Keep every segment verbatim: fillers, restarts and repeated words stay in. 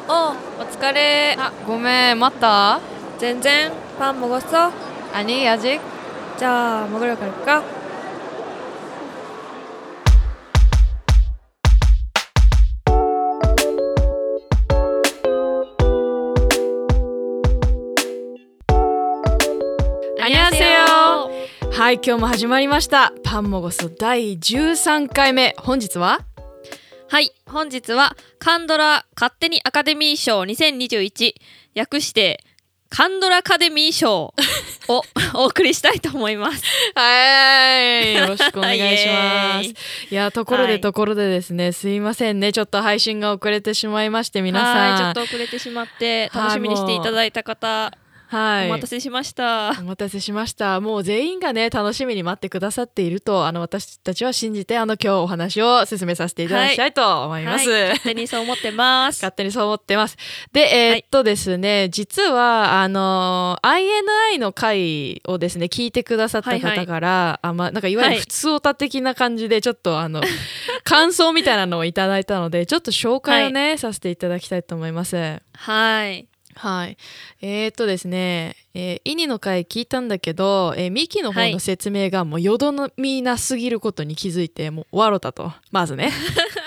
어, 어떡하래. 아, 고멘, 맞다. 젠젠, 밥 먹었어? 아니, 아직. 자, 먹으러 갈까? 안녕하세요.はい、今日も始まりました。パンもごそだいじゅうさんかいめ。本日ははい、本日はカンドラ勝手にアカデミー賞にせんにじゅういち、略してカンドラアカデミー賞をお送りしたいと思います。 はい、よろしくお願いします。 イエーイ。 いや、ところでところでですね、はい、すいませんね、ちょっと配信が遅れてしまいまして、皆さん、 はい、ちょっと遅れてしまって楽しみにしていただいた方、はい、お待たせしました。 お待たせしました。もう全員がね、楽しみに待ってくださっていると、あの私たちは信じて、あの今日お話を進めさせていただきたいと思います。 はいはい、勝手にそう思ってます。 勝手にそう思ってます。で、えー、っとですね、はい、実はあの アイエヌアイ の回をですね聞いてくださった方から、はいはい、あまなんかいわゆる普通オタ的な感じでちょっとあの感想みたいなのをいただいたので、ちょっと紹介をね、はい、させていただきたいと思います。 はい。 はい、えー、っとですね、えー、イニの回聞いたんだけど、えー、ミキの方の説明がもうよどみなすぎることに気づいて、もう笑ったと、まずね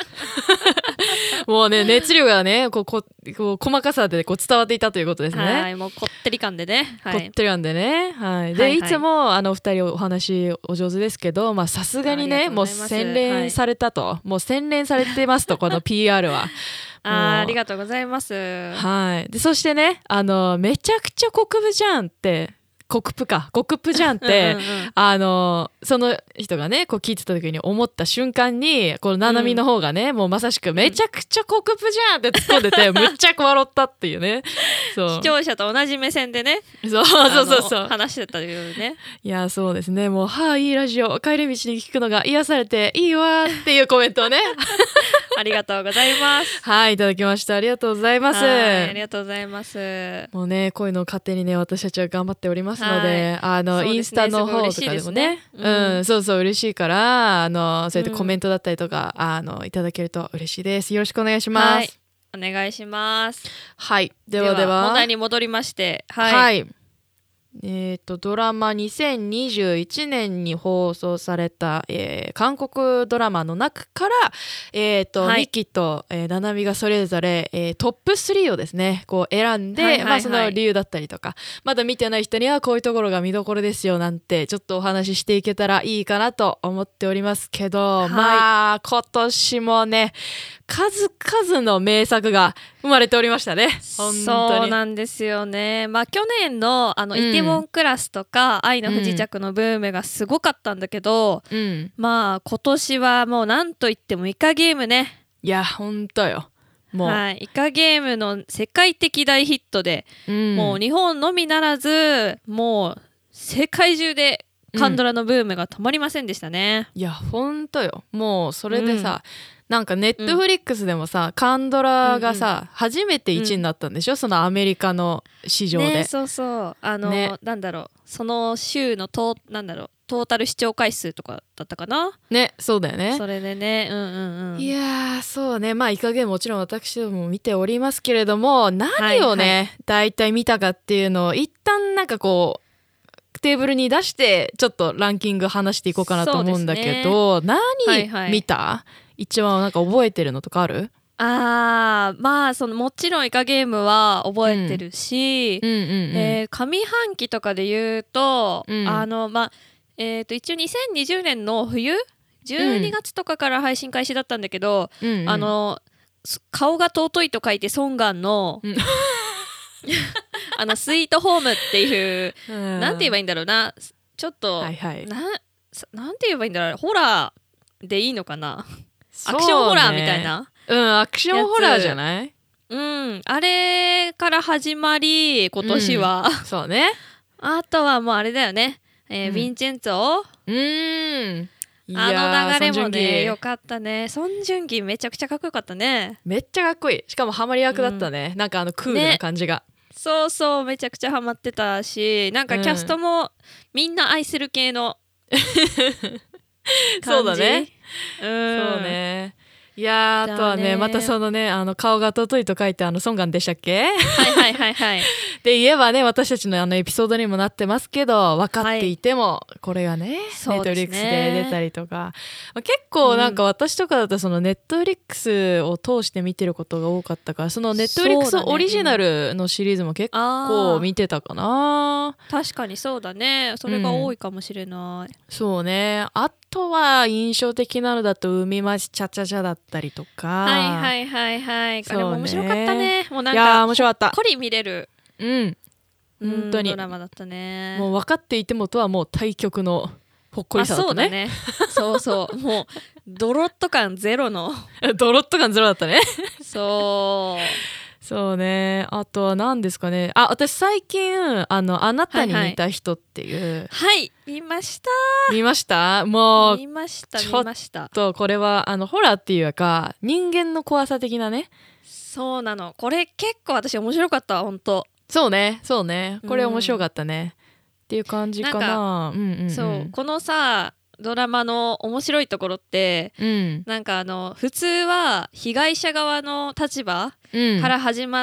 もうね、熱量がねこうここう細かさでこう伝わっていたということですね。 はい、もうこってり感でね、はい、 こってり感でね、はい、で、はいはい、いつもあのお二人お話お上手ですけど、まあさすがにねもう洗練されたと、はい、もう洗練されてますとこの ピーアール はあ, ありがとうございます。 はい。でそしてね、あのめちゃくちゃ国分じゃんって国プか国プじゃんってうんうん、うん、あのその人がねこう聞いてた時に思った瞬間に、このナナミの方がね、うん、もうまさしくめちゃくちゃ国プじゃんって突っ込んでて、うん、むっちゃ笑ったっていうねそう視聴者と同じ目線でねそうそうそうそう話してたいうね。 いやそうですね、もうはあいいラジオ帰り道に聞くのが癒されていいわっていうコメントをねありがとうございます。 はい、いただきました。ありがとうございます。 ありがとうございます。 もうねこういうのを勝手にね私たちは頑張っておりますので、あの、ね、インスタの方とかでもね、うん、うん、そうそう嬉しいから、あのそうやってコメントだったりとか、うん、あのいただけると嬉しいです。よろしくお願いします。はい、 お願いします。 はい、ではでは、 では問題に戻りまして、はい。 はい、えー、とドラマにせんにじゅういちねんに放送された、えー、韓国ドラマの中から、えーとはい、ミキと、えー、ナナミがそれぞれ、えー、トップスリーをですねこう選んで、はいはいはい、まあ、その理由だったりとか、まだ見てない人にはこういうところが見どころですよなんてちょっとお話ししていけたらいいかなと思っておりますけど、はい、まあ今年もね数々の名作が生まれておりましたね。本当にそうなんですよね。まあ去年のあの、うん、イテウォンクラスとか愛の不時着のブームがすごかったんだけど、うん、まあ今年はもうなんといってもイカゲームね。 いや本当よ。もう、 はい、イカゲームの世界的大ヒットで、うん、もう日本のみならずもう世界中でカンドラのブームが止まりませんでしたね。 うん、いや本当よ。もうそれでさ、うんなんかネットフリックスでもさ、うん、カンドラがさ、うんうん、初めていちいになったんでしょ、うん、そのアメリカの市場で、 ね、そうそうあの、ね、なんだろうその週のトなんだろうトータル視聴回数とかだったかなね。そうだよね。 それでねうんうんうんいやそうね、まあイカゲームもちろん私ども見ておりますけれども、何をね、はいはい、だいたい見たかっていうのを一旦なんかこうテーブルに出してちょっとランキング話していこうかなと思うんだけど、ね、何見た、はいはい、一番なんか覚えてるのとかある？ あーまあそのもちろんイカゲームは覚えてるし、うんうんうんうんえー、上半期とかで言うと、うん、あのまあえー、と一応にせんにじゅうねんの冬じゅうにがつとかから配信開始だったんだけど、うんうん、あの顔が尊いと書いてソンガンの、うんあのスイートホームっていう、うん、なんて言えばいいんだろうなちょっと、はいはい、な, なんて言えばいいんだろうホラーでいいのかな、アクションホラーみたいな、 うんアクションホラーじゃない？ うんあれから始まり今年は、 うん、そうねあとはもうあれだよね、えーうん、ヴィンチェンツォうんあの流れもねよかったね。ソン・ジュンギめちゃくちゃかっこよかったね。 めっちゃかっこいい。しかもハマり役だったね、うん、なんかあのクールな感じが、ね、 そうそうめちゃくちゃハマってたし、なんかキャストもみんな愛する系の感じ、 そうだね、 うん、 そうね。いいやーあとはねまたそのねあの顔が尊いと書いてあのソンガンでしたっけはいはいはいはいで言えばね私たちのあのエピソードにもなってますけど分かっていても、はい、これがねネットフリックスで出たりとか、まあ、結構なんか私とかだとそのネットフリックスを通して見てることが多かったからそのネットフリックスオリジナルのシリーズも結構見てたかな、 うん、確かにそうだねそれが多いかもしれない、 うん、そうねあとは印象的なのだと海町チャチャチャだったりとかはいはいはいはい、ね、あれも面白かったねもうなんかいや面白かったほっこり見れるうん本当にドラマだったねもう分かっていてもとはもう対極のほっこりさだったねそうだねそうそうもうドロッと感ゼロのドロッと感ゼロだったねそうそうねあとは何ですかねあ私最近あのあなたに似た人っていう、 はい、はい、見ました見ましたもう見ました見ましたちょっとこれはあのホラーっていうか人間の怖さ的なねそうなのこれ結構私面白かった本当そうねそうねこれ面白かったね、うん、っていう感じかななんか、うんうんうん、そうこのさドラマの面白いところって、うん、なんかあの普通は被害者側の立場から始まって、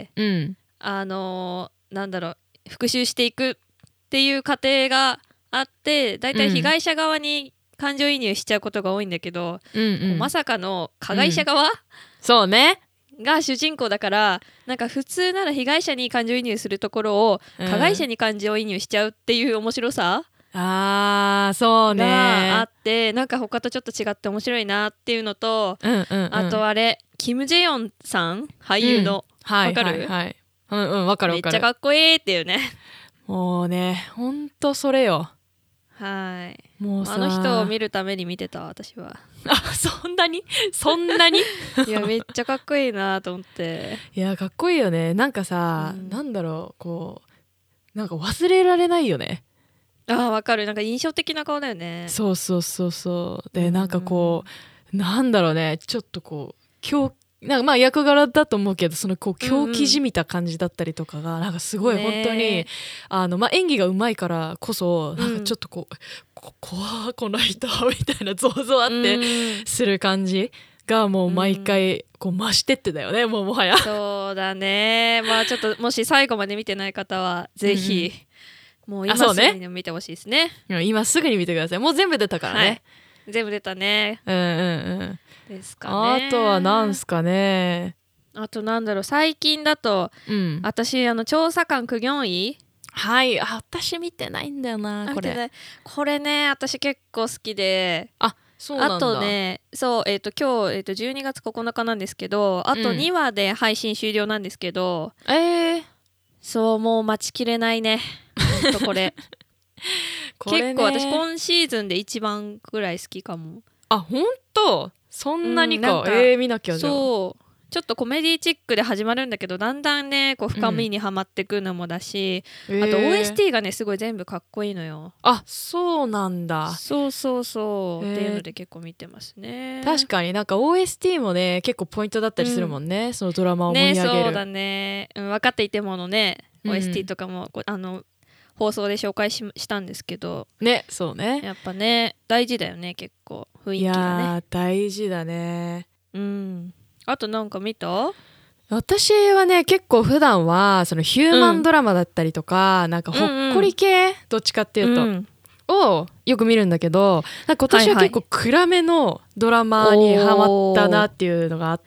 うん、あのなんだろう復讐していくっていう過程があってだいたい被害者側に感情移入しちゃうことが多いんだけど、うんうん、まさかの加害者側、うん、 そうねが主人公だからなんか普通なら被害者に感情移入するところを加害者に感情移入しちゃうっていう面白さ、 うん、あーそうねがあってなんか他とちょっと違って面白いなっていうのと、うんうんうん、あとあれキム・ジェヨンさん俳優の、うん、わかる、はいはい、 うんうんわかるわかるめっちゃかっこいいっていうねもうねほんとそれよはいもうあの人を見るために見てた私はあそんなにそんなにいやめっちゃかっこいいなと思っていやかっこいいよねなんかさ、うん、なんだろうこうなんか忘れられないよねあわかるなんか印象的な顔だよねそうそうそうそうでなんかこう、うん、なんだろうねちょっとこう狂なんかまあ役柄だと思うけどそのこう狂気じみた感じだったりとかがなんかすごい本当に、あのまあ演技がうまいからこそなんかちょっとこう、うん、こ怖この人みたいなゾワゾワってする感じがもう毎回こう増してってだよねもうもはやそうだねまあちょっともし最後まで見てない方はぜひ、うん、もう今すぐにでも見てほしいですね、 ね、今すぐに見てくださいもう全部出たからね、はい全部出たねうんうんうんですかねあとはなんすかねあとなんだろう最近だと、うん、私あの調査官クギョンイはいあ私見てないんだよなこれこれね私結構好きであそうなんだあとねそうえっ、ー、と今日、えー、とじゅうにがつここのかなんですけどあとにわで配信終了なんですけど、 うん、えー、 そうもう待ちきれないねほんとこれこれ、ね、結構私今シーズンで一番ぐらい好きかもあほんとそんなにか、うん、かえー、見なきゃじゃんそうちょっとコメディチックで始まるんだけどだんだんねこう深みにはまってくのもだし、うん、あと オーエスティー がねすごい全部かっこいいのよあそうなんだそうそうそうっていうので結構見てますね確かになんか オーエスティー もね結構ポイントだったりするもんね、うん、そのドラマを盛り上げるねそうだね、うん、分かっていてものね オーエスティー とかも、うん、あの放送で紹介 し, したんですけどねそうねやっぱね大事だよね結構雰囲気がねいや大事だねうんあとなんか見た私はね結構普段はそのヒューマンドラマだったりとか、うん、なんかほっこり系、うんうん、どっちかっていうと、うん、をよく見るんだけどなんか今年は結構暗めのドラマにハマったなっていうのがあって、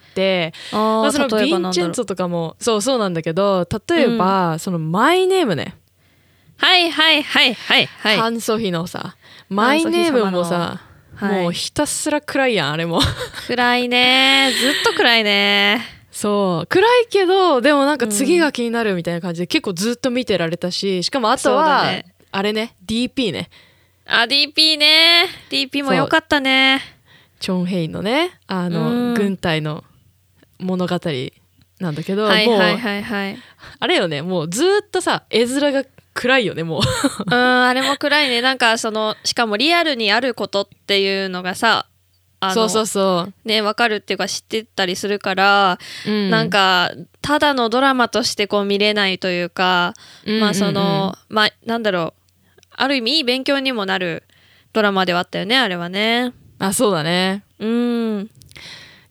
はいはいまあ、そのヴィンチェンツォとかもそうそうなんだけど例えば、うん、そのマイネームねはいはいはいはいはいハン・ソヒのさマイネームもさはい、もうひたすら暗いやんあれも暗いねずっと暗いねそう暗いけどでもなんか次が気になるみたいな感じで、うん、結構ずっと見てられたししかもあとは、ね、あれね ディーピー ねあ ディーピー ね ディーピー もよかったねチョンヘイのねあの、うん、軍隊の物語なんだけど、 はいはいはいはい、 もうあれよねもうずっとさ絵面が暗いよねもううんあれも暗いねなんかそのしかもリアルにあることっていうのがさあのそうそうそうね分かるっていうか知ってたりするから、うん、なんかただのドラマとしてこう見れないというか、うんうんうん、まあそのまあなんだろうある意味いい勉強にもなるドラマではあったよねあれはねあそうだねうん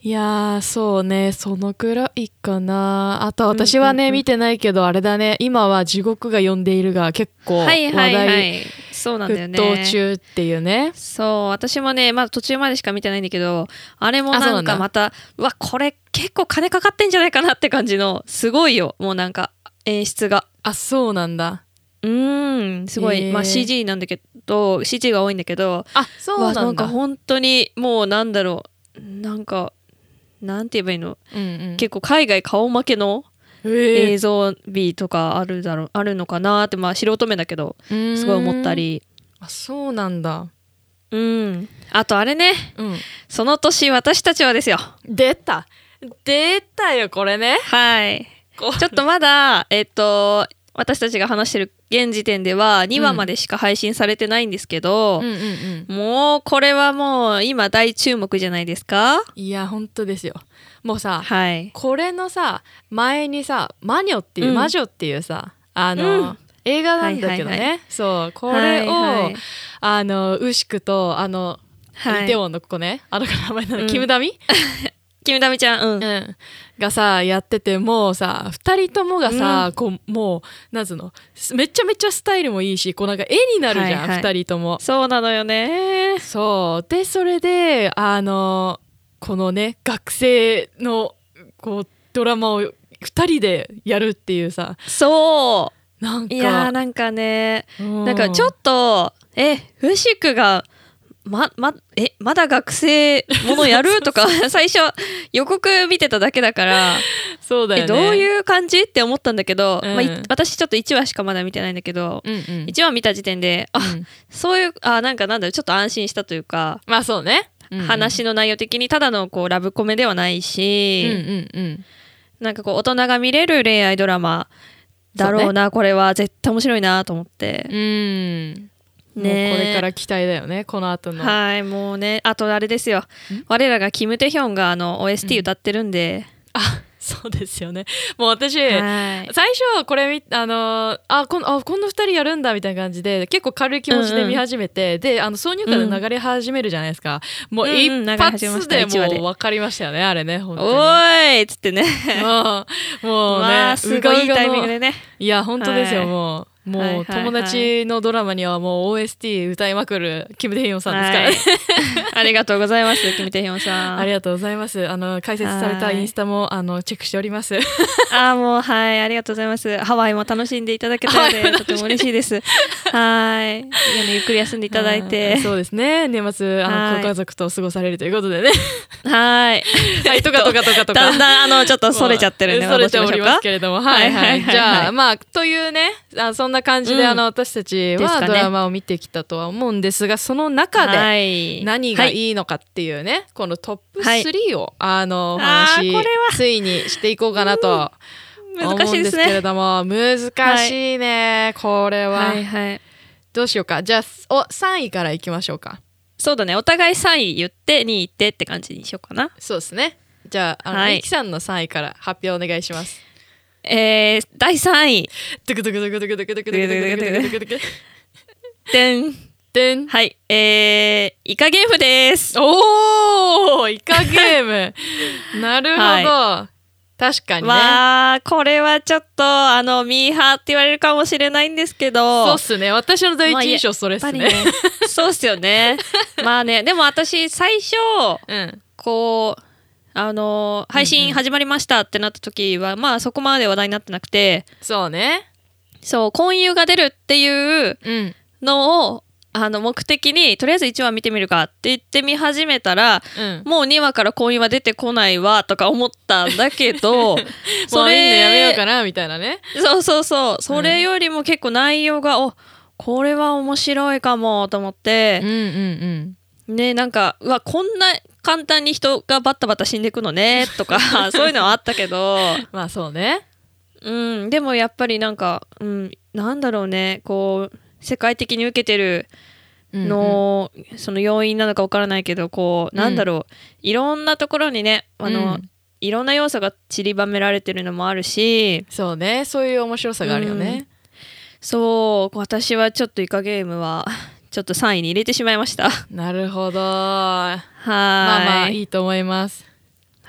いやーそうねそのくらいかな。あと私はね、うんうんうん、見てないけどあれだね今は地獄が呼んでいるが結構話題、はいはいはい、 そうなんだよね、 沸騰中っていうね。 そう私もねまだ途中までしか見てないんだけどあれもなんかまた う, うわこれ結構金かかってんじゃないかなって感じのすごいよもうなんか演出が。 あそうなんだ。 うーんすごい、まあ、シージー なんだけど シージー が多いんだけどあそうなんだ。 なんか本当にもうなんだろうなんかなんて言えばいいの、うんうん、結構海外顔負けの映像美とかあるだろうあるのかなってまあ素人目だけどすごい思ったり。 あそうなんだ。 うんあとあれね、うん、その年私たちはですよ。 出た出たよこれね。 はいちょっとまだえっと私たちが話してる現時点ではにわまでしか配信されてないんですけど、うんうんうんうん、もうこれはもう今大注目じゃないですか。 いや本当ですよ。もうさ、はい、これのさ前にさマニョっていう、うん、魔女っていうさあの、うん、映画なんだけどね、はいはいはい、そうこれを、はいはい、あのウシクとあの、はい、イテウォンの子ねあの名前なの、うん、キムダミキムダミちゃん、うんうん、がさやっててもうさふたりともがさ、うん、こうもうなんつうのめちゃめちゃスタイルもいいしこうなんか絵になるじゃん、はいはい、ふたりとも。 そうなのよね。 そうでそれであのこのね学生のこうドラマをふたりでやるっていうさ。 そうなんかいやなんかね、うん、なんかちょっとえウシクがま、ま、え、まだ学生ものやるとか最初予告見てただけだからそうだよね、 えどういう感じって思ったんだけど、うんまあ、私ちょっといちわしかまだ見てないんだけど、うんうん、いちわ見た時点であ、うん、そういうあなんかなんだろうちょっと安心したというかまあそうね、 うんうん、話の内容的にただのこうラブコメではないし、うんうんうん、なんかこう大人が見れる恋愛ドラマだろうな、ね、これは絶対面白いなと思って。 うんね、もうこれから期待だよねこの後の。 はいもうねあとあれですよ我らがキム・テヒョンがあの オーエスティー 歌ってるんで、 うん、あそうですよね。もう私最初これ見あのあこのあこんなふたりやるんだみたいな感じで結構軽い気持ちで見始めて、うんうん、であの挿入歌で流れ始めるじゃないですか、うん、もう一発でもう分かりましたよねあれね本当に。 おーいっつってねもうもうね、 まあ、すごいいいタイミングでね。 いや本当ですよ、はい、もうもう友達のドラマにはもう オーエスティー 歌いまくるキム・テヒョンさんですからね、 はい、ありがとうございますキム・テヒョンさん。 ありがとうございます。あの解説されたインスタもあのチェックしておりますあもうはいありがとうございます。ハワイも楽しんでいただけたのでとても嬉しいです。はいいや、ね、ゆっくり休んでいただいてそうですね年末あのご家族と過ごされるということでねはいはいとかとかとかとかだんだんあのちょっとそれちゃってるんでそれておりますけれどもはいはいじゃあまあというねあそんな感じで、うん、あの私たちはドラマを見てきたとは思うんですが、その中で何がいいのかっていうね、はい、このトップスリーを、はい、あのお話ついにしていこうかなと思うんですけれども、難しいね、はい、これは、はいはい、どうしようか。じゃあおさんいからいきましょうか。 そうだねお互いさんい言ってにいってって感じにしようかな。 そうですね。じゃあ、あの、はい、ミキさんのさんいから発表お願いします。 えー、だいさんいドゥクドゥクドゥクドゥクドゥクドゥクドゥクドゥクドゥクドゥクドゥクでんでんはいえー、イカゲームです。 おーイカゲームなるほど、はい、確かにね。 まあこれはちょっとあのミーハーって言われるかもしれないんですけど、 そうっすね私の第一印象それっすね、まあ、ねそうっすよねまあねでも私最初、うん、こうあの配信始まりましたってなった時は、うんうん、まあそこまで話題になってなくて、 そうねそう婚友が出るっていうのを、うん、あの目的にとりあえずいちわ見てみるかって言って見始めたら、うん、もうにわから婚友は出てこないわとか思ったんだけどそれもういいのやめようかなみたいなね。 そうそうそうそれよりも結構内容が、うん、おこれは面白いかもと思って、うんうんうん、ねなんかうわこんな簡単に人がバタバタ死んでいくのねとかそういうのはあったけどまあそうね、 うん、でもやっぱりなんか、うん、なんだろうねこう世界的に受けてるの、うんうん、その要因なのか分からないけどこう、うん、なんだろういろんなところにねあの、うん、いろんな要素が散りばめられてるのもあるし、 そうねそういう面白さがあるよね、うん、 そう私はちょっとイカゲームはちょっとさんいに入れてしまいました。 なるほどはいまあまあいいと思います。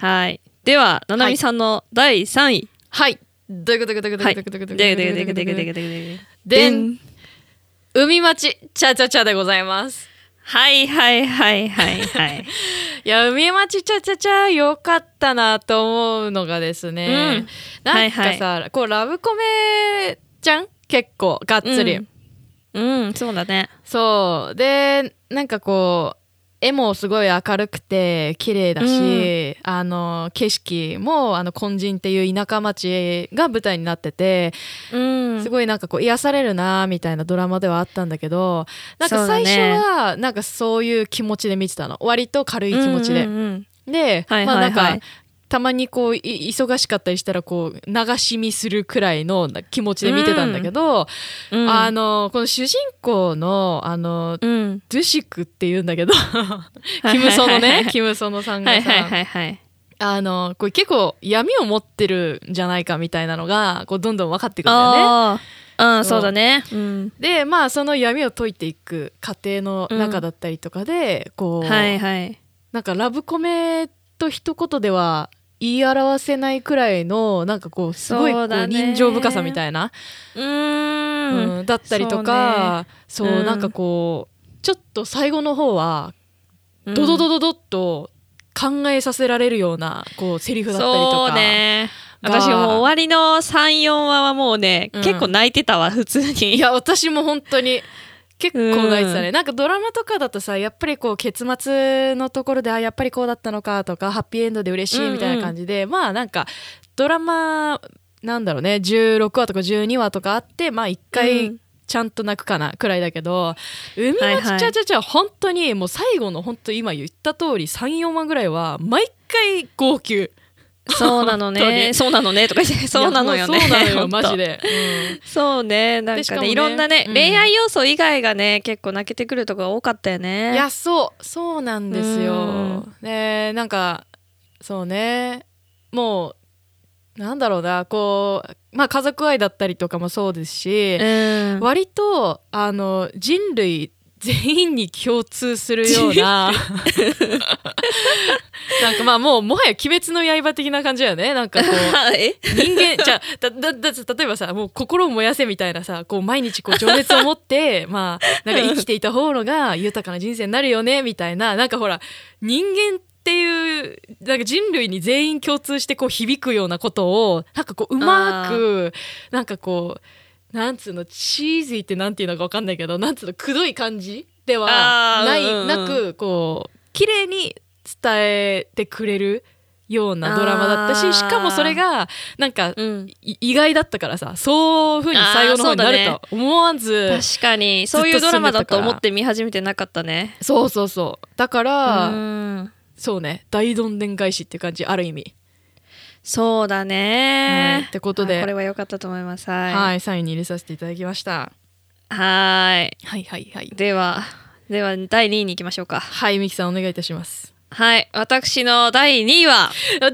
はい。ではななみさんのだいさんい。 はい。どういうことどういうことどういうことどういうことどういうことどういうことどういうことでん、海町チャチャチャでございます。 はいはいはいはいはい。 いや、海町チャチャチャよかったなと思うのがですね、うん、なんかさ、はいはい、こうラブコメじゃん結構がっつり、うん、 うん、そうだね。 そうで、なんかこう絵もすごい明るくて綺麗だし、うん、あの景色もあの金神っていう田舎町が舞台になってて、うん、すごいなんかこう癒されるなみたいなドラマではあったんだけど、なんか最初はなんかそういう気持ちで見てたの、割と軽い気持ちで、うんうんうん、で、はいはいはい、まあなんかたまにこう忙しかったりしたらこう流し見するくらいの気持ちで見てたんだけど、うん、あのこの主人公のあの、うん、ドゥシクっていうんだけどキムソノねキムソノさんがさ、はいはいはいはい、あのこれ結構闇を持ってるんじゃないかみたいなのがこうどんどん分かってくるんだよね。 うん、そうだね、うん、 でまあその闇を解いていく過程の中だったりとかで、うん、こう、はいはい、なんかラブコメと一言では言い表せないくらいのなんかこうすごいこう人情深さみたいな、うーん、うん、だったりとか、そう、ね、そう、うん、なんかこうちょっと最後の方はドドドドドッと考えさせられるようなこうセリフだったりとか、そうね、 私もう終わりの さん,よん 話はもうね、うん、結構泣いてたわ普通に。 いや私も本当に結構泣いてたね、うん、なんかドラマとかだとさやっぱりこう結末のところであやっぱりこうだったのかとかハッピーエンドで嬉しいみたいな感じで、うんうん、まあなんかドラマなんだろうねじゅうろくわとかじゅうにわとかあってまあいっかいちゃんと泣くかなくらいだけど、うん、海町ちゃちゃちゃ本当にもう最後の本当今言った通り さん,よん 話ぐらいは毎回号泣。 そうなのねそうなのねとか言ってそうなのよね、 そうなのよマジで、 うん、そうね、なんか ね, ねいろんなね、うん、恋愛要素以外がね結構泣けてくるとこが多かったよね。 いやそうそうなんですよ。でなんかそうねもうなんだろうなこうまあ家族愛だったりとかもそうですし、うん、割とあの人類全員に共通するようななんかまあもうもはや鬼滅の刃的な感じだよね。なんかこう人間じゃあだだだ例えばさもう心を燃やせみたいなさこう毎日こう情熱を持ってまあなんか生きていた方のが豊かな人生になるよねみたいな、なんかほら人間っていうなんか人類に全員共通してこう響くようなことをなんかこううまくなんかこうなんつうのチーズイってなんていうのか分かんないけどなんつうのくどい感じではない、うんうん、なくこう綺麗に伝えてくれるようなドラマだったし、しかもそれがなんか、うん、意外だったからさそういう風に最後の方になるとは思わず、 ね、確かにそういうドラマだと思って見始めてなかったね。 そうそうそうだからうんそうね大どんでん返しっていう感じある意味。 そうだね、 はい、ってことでこれは良かったと思います。はい、 はい、さんいに入れさせていただきました。 はいはいはいはいではではだいにいに行きましょうか。 はいミキさんお願いいたします。 はい私のだいにいは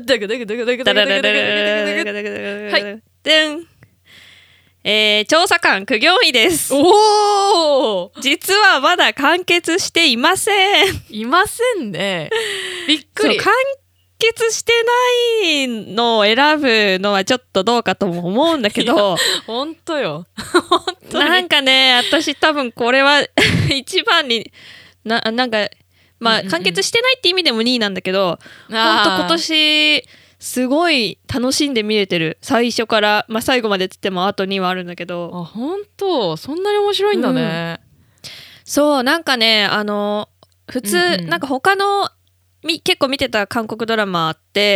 でんえー、調査官苦行医です。 おー実はまだ完結していません。 いませんね。びっくり。 完結してないのを選ぶのはちょっとどうかとも思うんだけど本当よ本当なんかね私多分これは一番に な, なんかまあ、うんうんうん、完結してないって意味でもにいなんだけど本当今年すごい楽しんで見れてる最初から、まあ、最後までつってもあとにはあるんだけど。 あ本当そんなに面白いんだね、うん、 そうなんかねあの普通、うんうん、なんか他の結構見てた韓国ドラマって、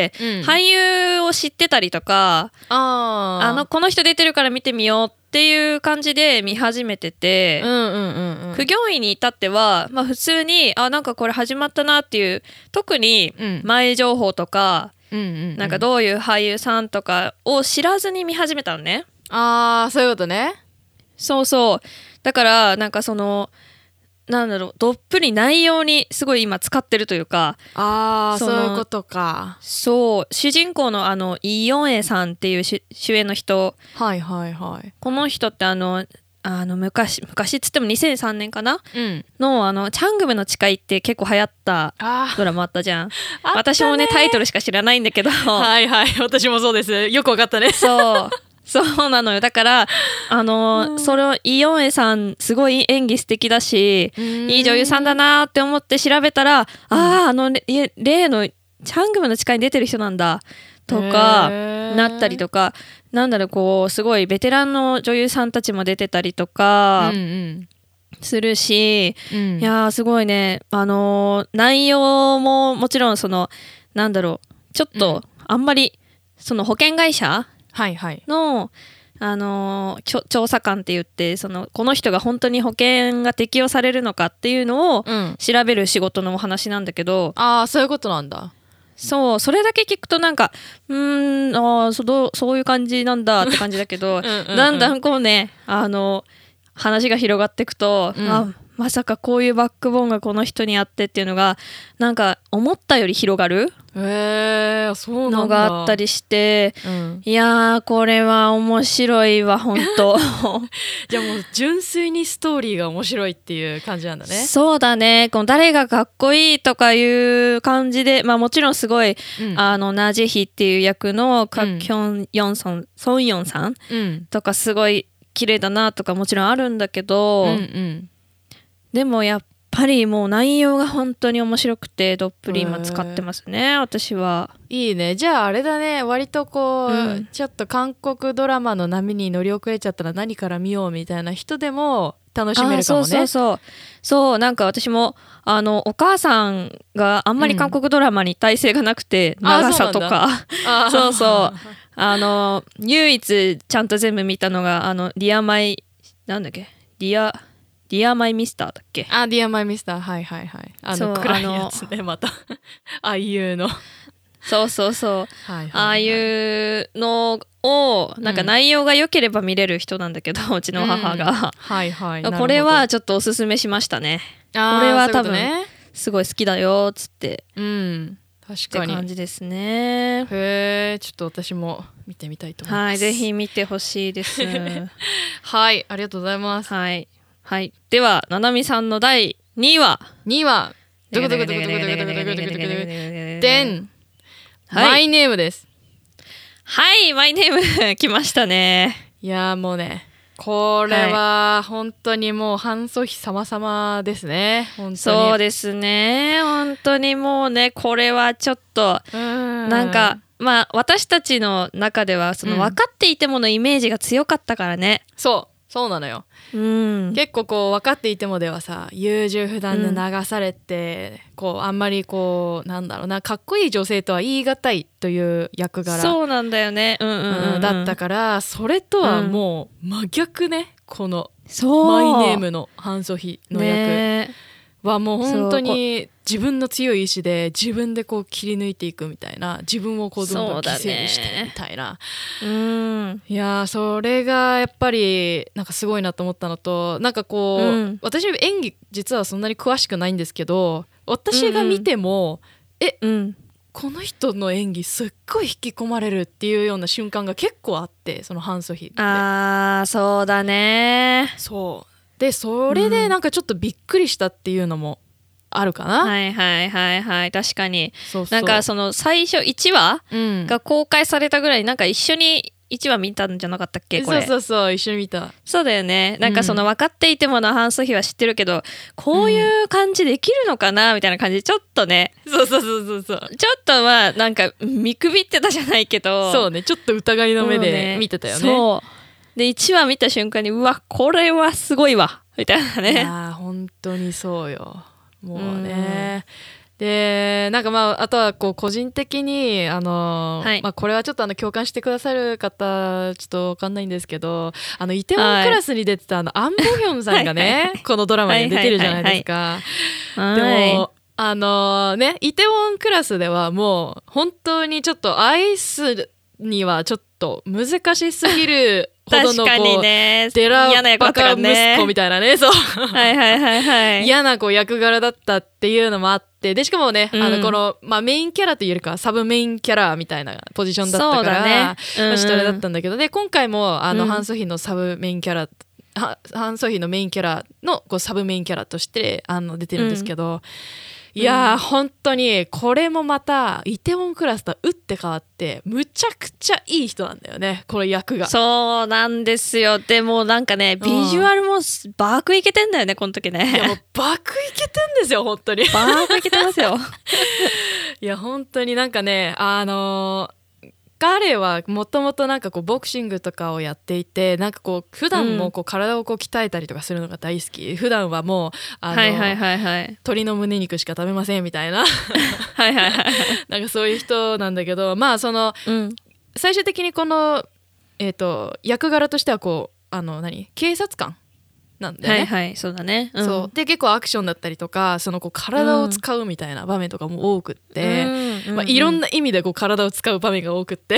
うん、俳優を知ってたりとか あ, あのこの人出てるから見てみようっていう感じで見始めてて、うんうんうんうん、苦行医に至っては、まあ、普通にあなんかこれ始まったなっていう特に前情報とか、うんうんうん、なんかどういう俳優さんとかを知らずに見始めたのね。 あーそういうことね。 そうそうだからなんかそのなんだろうどっぷり内容にすごい今使ってるというか。 あーそういうことか。 そう主人公のあのイ・ヨンエさんっていう主演の人、 はいはいはい、 この人ってあのあの昔昔っつってもにせんさんねんかな、 うん、 のあのチャングムの誓いって結構流行ったドラマあったじゃん。私もねタイトルしか知らないんだけどはいはい、私もそうです。よくわかったね。 そうそうなのよ。だからあの、うん、それをイ・ヨンエさんすごい演技素敵だしいい女優さんだなって思って調べたら、うん、あああの例のチャングムの誓いに出てる人なんだとかなったりとか、なんだろう、こうすごいベテランの女優さんたちも出てたりとかするし、うんうん、いやーすごいね、あのー、内容ももちろんそのなんだろう、ちょっとあんまりその保険会社の、 はいはい、 あのー、調査官って言って、そのこの人が本当に保険が適用されるのかっていうのを調べる仕事のお話なんだけど、 うん、ああそういうことなんだ。 そう、それだけ聞くとなんかうーんあそどそういう感じなんだって感じだけどうんうん、うん、だんだんこうね、あの話が広がっていくと、うん、あまさかこういうバックボーンがこの人にあってっていうのがなんか思ったより広がるのがあったりして、うん、いやーこれは面白いわ本当じゃあもう純粋にストーリーが面白いっていう感じなんだね。 そうだね、この誰がかっこいいとかいう感じで、まあもちろんすごい、うん、あのナジェヒっていう役のカク・ヒョンヨンソン、ソンヨンさん、うん、とかすごい綺麗だなとかもちろんあるんだけど、うんうん、でもやっぱりもう内容が本当に面白くてどっぷり今使ってますね私は。 いいね。じゃああれだね、割とこう、うん、ちょっと韓国ドラマの波に乗り遅れちゃったら何から見ようみたいな人でも楽しめるかもね。 そうそうそうそう、なんか私もあのお母さんがあんまり韓国ドラマに耐性がなくて、うん、長さとかそうそうあの唯一ちゃんと全部見たのがあのディアマイなんだっけディアディアマイミスターだっけ。 あ、ディアマイミスター、はいはいはい、あの暗いやつね、またああいうのそうそうそう、はいはいはい、ああいうのをなんか内容が良ければ見れる人なんだけど、うん、うちの母が、うん、 はいはい、 これはちょっとおすすめしましね。これは多分すごい好きだよっつって、 うん、確かにって感じですね。 へえ、ちょっと私も見てみたいと思います。 はい、ぜひ見てほしいですはい、ありがとうございます。 はいはい、ではななみさんのだいにいはにいはドコドコドコドコドコドコドコドコドコでん、マイネームです。 はい、マイネーム来ましたね。 いやもうね、これは本当にもうハン・ソヒ様々ですね。本当にそうですね、本当にもうね、これはちょっとなんかまあ私たちの中ではその分かっていてものイメージが強かったからね、 うん、そうそうなのよ、うん、結構こう分かっていてもではさ優柔不断で流されて、うん、こうあんまりこうなんだろうな、かっこいい女性とは言い難いという役柄そうなんだよね、うんうんうんうん、 だったから、それとはもう真逆ね、このマイネームのハン・ソヒの役、ね、はもう本当に自分の強い意志で自分でこう切り抜いていくみたいな、自分をこうどんどん犠牲にしてみたいな、う、ね、うん、いやそれがやっぱりなんかすごいなと思ったのと、なんかこう、うん、私演技実はそんなに詳しくないんですけど、私が見ても、うんうん、え、うん、この人の演技すっごい引き込まれるっていうような瞬間が結構あって、そのハン・ソヒって、 あーそうだね、 そうでそれでなんかちょっとびっくりしたっていうのもあるかな、 うん、はいはいはいはい、確かに。そうそう、なんかその最初いちわが公開されたぐらい、なんか一緒にいちわ見たんじゃなかったっけこれ。 そうそうそう、一緒に見た。 そうだよね、なんかその分かっていてものハン・ソヒは知ってるけど、こういう感じできるのかなみたいな感じでちょっとね、 そうそうそうそうそう、 ちょっとまあなんか見くびってたじゃないけど、 そうね、ちょっと疑いの目で見てたよね。 そうでいちわ見た瞬間にうわこれはすごいわみたいなね。いや本当にそうよ、もうね、うん、でなんかまああとはこう個人的にあの、はい、まあ、これはちょっとあの共感してくださる方ちょっと分かんないんですけど、あのイテウォンクラスに出てたあのアン・ボヒョンさんがねはい、このドラマに出てるじゃないですか。でもあのね、イテウォンクラスではもう本当にちょっと愛すにはちょっと難しすぎるほどのこう、ね、デラバカ息子みたいなね、そうはいはいはいはい嫌なこう役柄だったっていうのもあって、でしかもね、うん、あのこの、まあ、メインキャラというよりかサブメインキャラみたいなポジションだったから、ね、うん、まあ、ちょっとあれだったんだけど、で今回もあの、うん、ハン・ソヒのサブメインキャラハン・ソヒのメインキャラのこうサブメインキャラとしてあの出てるんですけど、うん、いやー、うん、本当にこれもまたイテウォンクラスと打って変わってむちゃくちゃいい人なんだよね、この役が。 そうなんですよ。でもなんかねビジュアルもバークいけてんだよね、この時ね。 いやもうバークいけてんですよ本当に。 バークいけてますよ。 いや本当になんかね、あのー彼はもともとなんかこうボクシングとかをやっていて、なんかこう普段もこう体をこう鍛えたりとかするのが大好き、うん、普段はもうあの、はいはいはいはい、鶏の胸肉しか食べませんみたいなはいはい、はい、なんかそういう人なんだけど、まあその、うん、最終的にこの、えーと、役柄としてはこうあの何警察官なんだよね。 はいはいそうだね、うん、 そうで結構アクションだったりとかそのこう体を使うみたいな場面とかも多くって、うんまあ、いろんな意味でこう体を使う場面が多くってい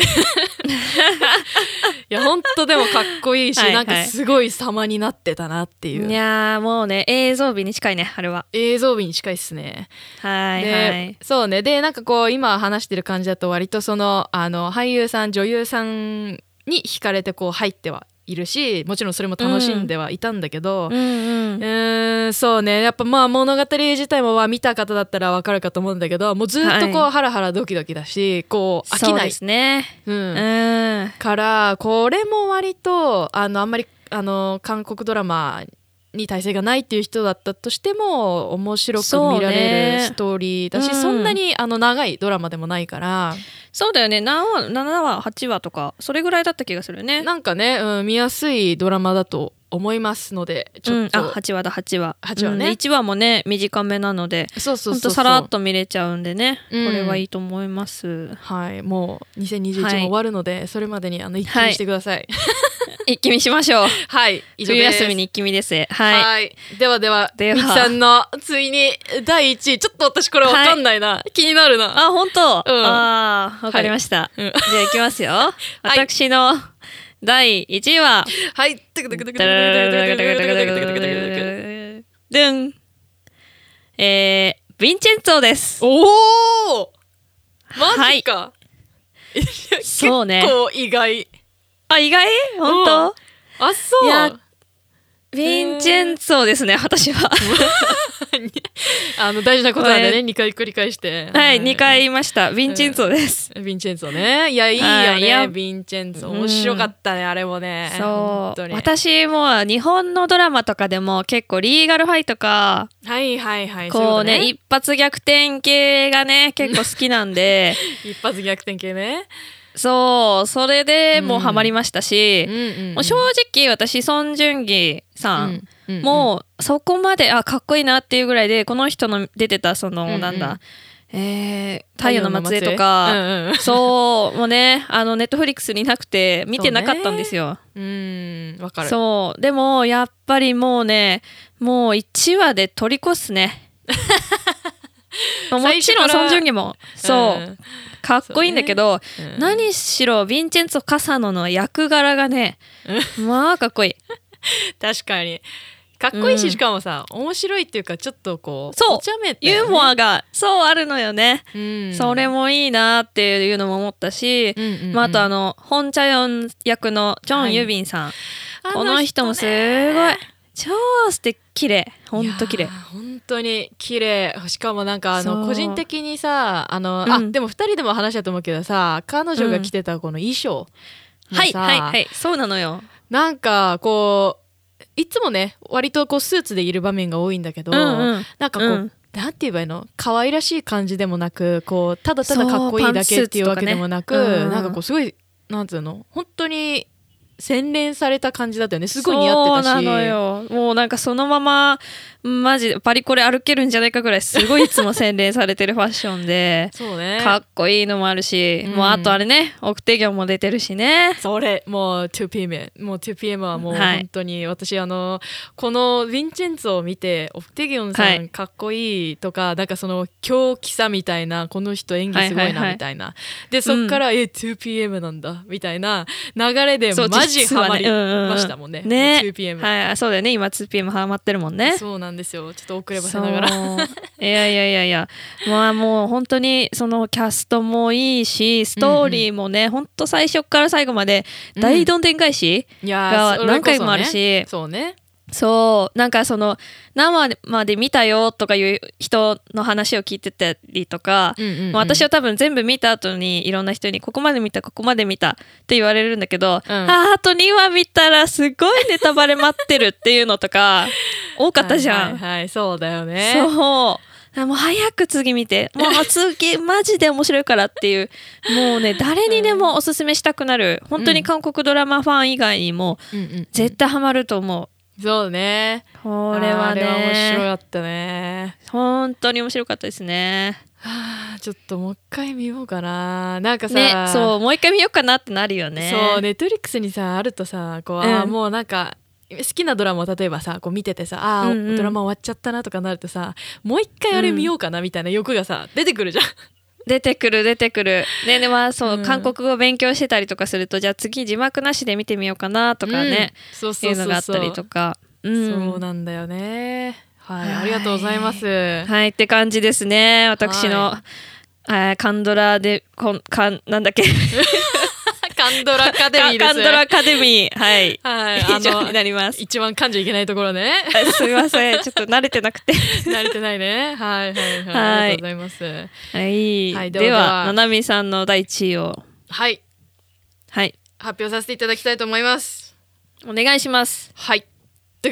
や本当でもかっこいいし、はいはい、なんかすごい様になってたなっていう。 いやもうね映像美に近いね、あれは映像美に近いっすね。 はいで、 はい、 そうね。でなんかこう今話してる感じだと割とそのあの俳優さん女優さんに惹かれてこう入ってはいるし、もちろんそれも楽しんではいたんだけど、うんうんうん、そうねやっぱまあ物語自体もは見た方だったら分かるかと思うんだけど、もうずっとこうハラハラドキドキだし、こう飽きない。 そうですね、 うんうん、からこれも割とあのあんまりあの韓国ドラマに耐性がないっていう人だったとしても面白く見られるストーリーだし、 そ,、ねうん、そんなにあの長いドラマでもないから。 そうだよね、ななわはちわとかそれぐらいだった気がするね。 なんかね、うん、見やすいドラマだと思いますのでちょっと、 うん、あはちわだはちわはちわね、 うん、いちわもね短めなのでそうそうそうそう、ほんとさらっと見れちゃうんでね、 うん、 これはいいと思います。 はい、もうにせんにじゅういちも終わるので、はい、それまでにあの一気見してください、はい一気見しましょう。 はい以上です。 冬休みに一気見です。はい、 はい、ではではみきさんのついにだいいちい、ちょっと私これわかんないな、はい、気になるな。 あ本当、 うん、 あわかりました、はいうん、じゃあいきますよ、はい、私のだいいちいははいでんえー、ヴィンチェンツォです。 おおマジか、はい、 そうね結構意外。 あ意外本当、 あそういやヴィンチェンツォですね、私はあの大事なことなんでね、にかい繰り返してはい、はい、にかい言いました。ヴィンチェンツォです、 ヴィンチェンツォね。いやいいよね、ヴィンチェンツォ面白かったね、うん、あれもね。 そう私も日本のドラマとかでも結構リーガルファイとかはいはいはいこうね、一発逆転系がね結構好きなんで一発逆転系ね。 そうそれでもうハマりましたし、うんうんうんうん、もう正直私ソン・ジュンギさん、うんうんうん、もうそこまであかっこいいなっていうぐらいで、この人の出てたその、うんうん、なんだえー、太陽の末裔とか、うんうん、そうもうねあのネットフリックスになくて見てなかったんですよ。 う、ね、うんわかる。 そうでもやっぱりもうねもういちわで虜っすねもちろんソン・ジュンギもそう、うんかっこいいんだけど、ねうん、何しろヴィンチェンツォ・カサノの役柄がねまあかっこいい確かにかっこいいし、うん、しかもさ面白いっていうかちょっとこうそうお茶目って、 ね、ユーモアがそうあるのよね、うん、それもいいなっていうのも思ったし、うんうんうんまあ、あとあのホンチャヨン役のチョン・ユビンさん、はい、この人もすごい超素敵綺麗ほんと綺麗本当に綺麗。しかもなんかあの個人的にさあの、うん、あでもふたりでも話したと思うけどさ彼女が着てたこの衣装、 うん、はいはいはいそうなのよ。 なんかこういつもね割とこうスーツでいる場面が多いんだけど、うんうん、なんかこう、うんなんて言えばいいの可愛らしい感じでもなくこうただただかっこいいだけっていうわけでもなく、ねうん、なんかこうすごいなんつうの本当に洗練された感じだったよね。すごい似合ってたし。 そうなのよ。もうなんかそのままマジパリコレ歩けるんじゃないかぐらいすごいいつも洗練されてるファッションでそうねかっこいいのもあるし、うん、もうあとあれねオクテギョンも出てるしね。 それもう ツーピーエム もう ツーピーエム はもう本当に、はい、私あのこのヴィンチェンツォを見てオクテギョンさんかっこいいとか、はい、なんかその狂気さみたいなこの人演技すごいなみたいな、はいはいはい、でそっから、うん、え ツーピーエム なんだみたいな流れでママジハマりましたもんね。 ね、 ツーピーエム。 はい、そうだよね。今 ツーピーエム ハマってるもんね。 そうなんですよ。ちょっと遅ればせながら。 いやいやいやいや、まあもう本当にそのキャストもいいし、ストーリーもね、うんうん、本当最初から最後まで大どんでん返しが何回もあるし、 うん、そうね。 そうなんかその生まで見たよとかいう人の話を聞いてたりとか、うんうんうん、私は多分全部見た後にいろんな人にここまで見たここまで見たって言われるんだけど、うん、あ, あとにわ見たらすごいネタバレ待ってるっていうのとか多かったじゃん。 はいはいはい、そうだよね。 そうもう早く次見て、もう次マジで面白いからっていう、もうね誰にでもおすすめしたくなる、本当に韓国ドラマファン以外にも絶対ハマると思う。 そうね、 これはね、 あれは面白かったね。 本当に面白かったですね。 はあ、ちょっともう一回見ようかな。なんかさ、 ね、そうもう一回見ようかなってなるよね。 そうネットフリックスにさあるとさこう、うん、あもうなんか好きなドラマを例えばさこう見ててさあ、うんうん、ドラマ終わっちゃったなとかなるとさもう一回あれ見ようかなみたいな欲がさ、うん、出てくるじゃん。 出てくる出てくる。ねでまあそう、うん、韓国語を勉強してたりとかするとじゃあ次字幕なしで見てみようかなとかね、うん、そうそうそうそういうのがあったりとか、 うん、そうなんだよね。はい、はい、ありがとうございます。 はいって感じですね。私の、はい、カンドラでこんかんなんだっけカンドラアカデミーです。 カンドラアカデミー、はい、 はい、 以上になります。 一番噛んじゃいけないところね。 すみません、ちょっと慣れてなくて慣れてないね。はいはいはい、はい、ありがとうございます。 はい、はい、ではななみさんのだいいちいをはいはい発表させていただきたいと思います。 お願いします。 はい。で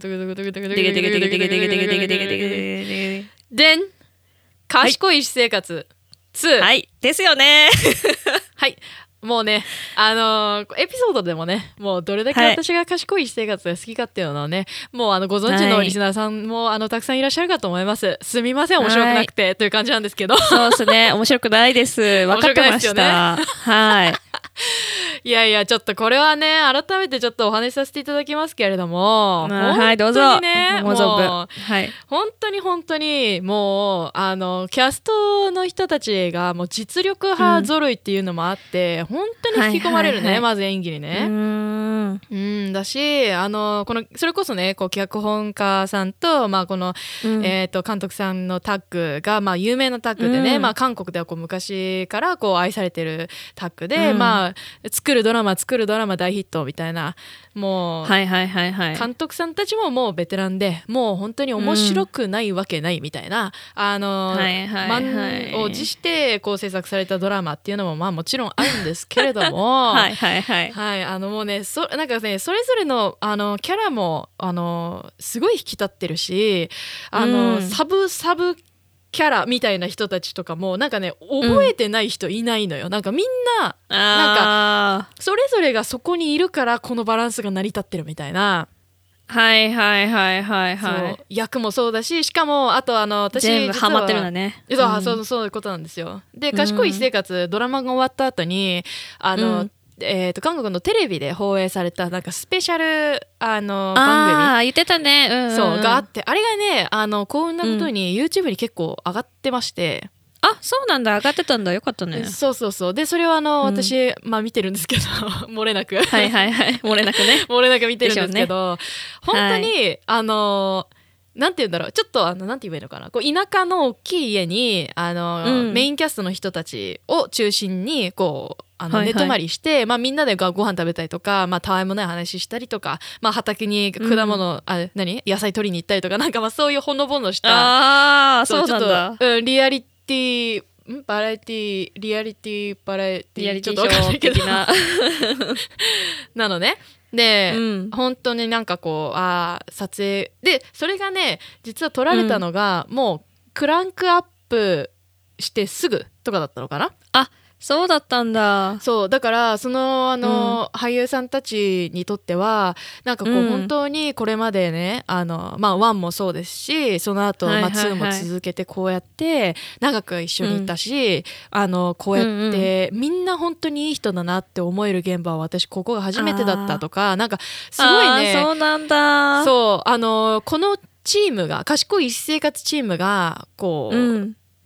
ん賢い私生活ツー。 はいですよね。 はいもうねあのー、エピソードでもねもうどれだけ私が賢い私生活が好きかっていうのをね、はい、もうあのご存知のリスナーさんも、はい、あのたくさんいらっしゃるかと思います。すみません面白くなくて、はい、という感じなんですけど。 そうですね面白くないです。分かってました。はいいやいやちょっとこれはね改めてちょっとお話しさせていただきますけれども、 はいどうぞ。 本当にねもうはい本当に本当にもうあのキャストの人たちがもう実力派揃いっていうのもあって、うん、本当に引き込まれるね、はいはいはい、まず演技にね。うーんうんだしあのこのそれこそねこう脚本家さんと、まあこのうん、えー、と監督さんのタッグが、まあ、有名なタッグでね、うんまあ、韓国ではこう昔からこう愛されてるタッグで、うんまあ作るドラマ作るドラマ大ヒットみたいなもう、はいはいはいはい、監督さんたちももうベテランでもう本当に面白くないわけないみたいな、うん、あの、はいはいはい、満を持してこう制作されたドラマっていうのもまあもちろんあるんですけれどもはいはいはい、 はい、あのもうねそなんかねそれぞれのあのキャラもあのすごい引き立ってるしあの、うん、サブサブキャラみたいな人たちとかもなんかね覚えてない人いないのよ、うん、なんかみんななんかそれぞれがそこにいるからこのバランスが成り立ってるみたいな。 はいはいはいはいはい。 役もそうだししかもあとあの私全部ハマってるんだね。 そう、うん、そうそういうことなんですよ。で賢い私生活、うん、ドラマが終わった後にあの、うんえー、と韓国のテレビで放映されたなんかスペシャルあの番組あ言ってたね、うんうん、 そうがあってあれがねあの幸運なことに YouTube に結構上がってまして、 うん、あそうなんだ上がってたんだよかったね。 そうそうそうでそれはあの、うん、私、まあ、見てるんですけど漏れなくはいはいはい漏れなくね漏れなく見てるんですけど、ね、本当に、はい、あのなんて言うんだろうちょっとあのなんて言えばいいのかなこう田舎の大きい家にあの、うん、メインキャストの人たちを中心にこうあの、はいはい、寝泊まりして、まあ、みんなでご飯食べたりとか、まあ、たわいもない話したりとか、まあ、畑に果物、うん、あ何野菜取りに行ったりとかなんかまあそういうほのぼのしたあそうなんだ、 うん、リアリティんバラエティリアリティバラエティリアリティショー的ななのね。で、うん、本当になんかこうあ撮影でそれがね実は撮られたのが、うん、もうクランクアップしてすぐとかだったのかな。 あそうだったんだ。 そうだからそのあの、うん、俳優さんたちにとってはなんかこう、うん、本当にこれまでねあのまあワンもそうですしその後、はいはいはいまあ、ツーも続けてこうやって長く一緒にいたし、うん、あのこうやって、うんうん、みんな本当にいい人だなって思える現場は私ここが初めてだったとかなんかすごいねそうなんだ。 そうあのこのチームが賢い私生活チームがこう、うん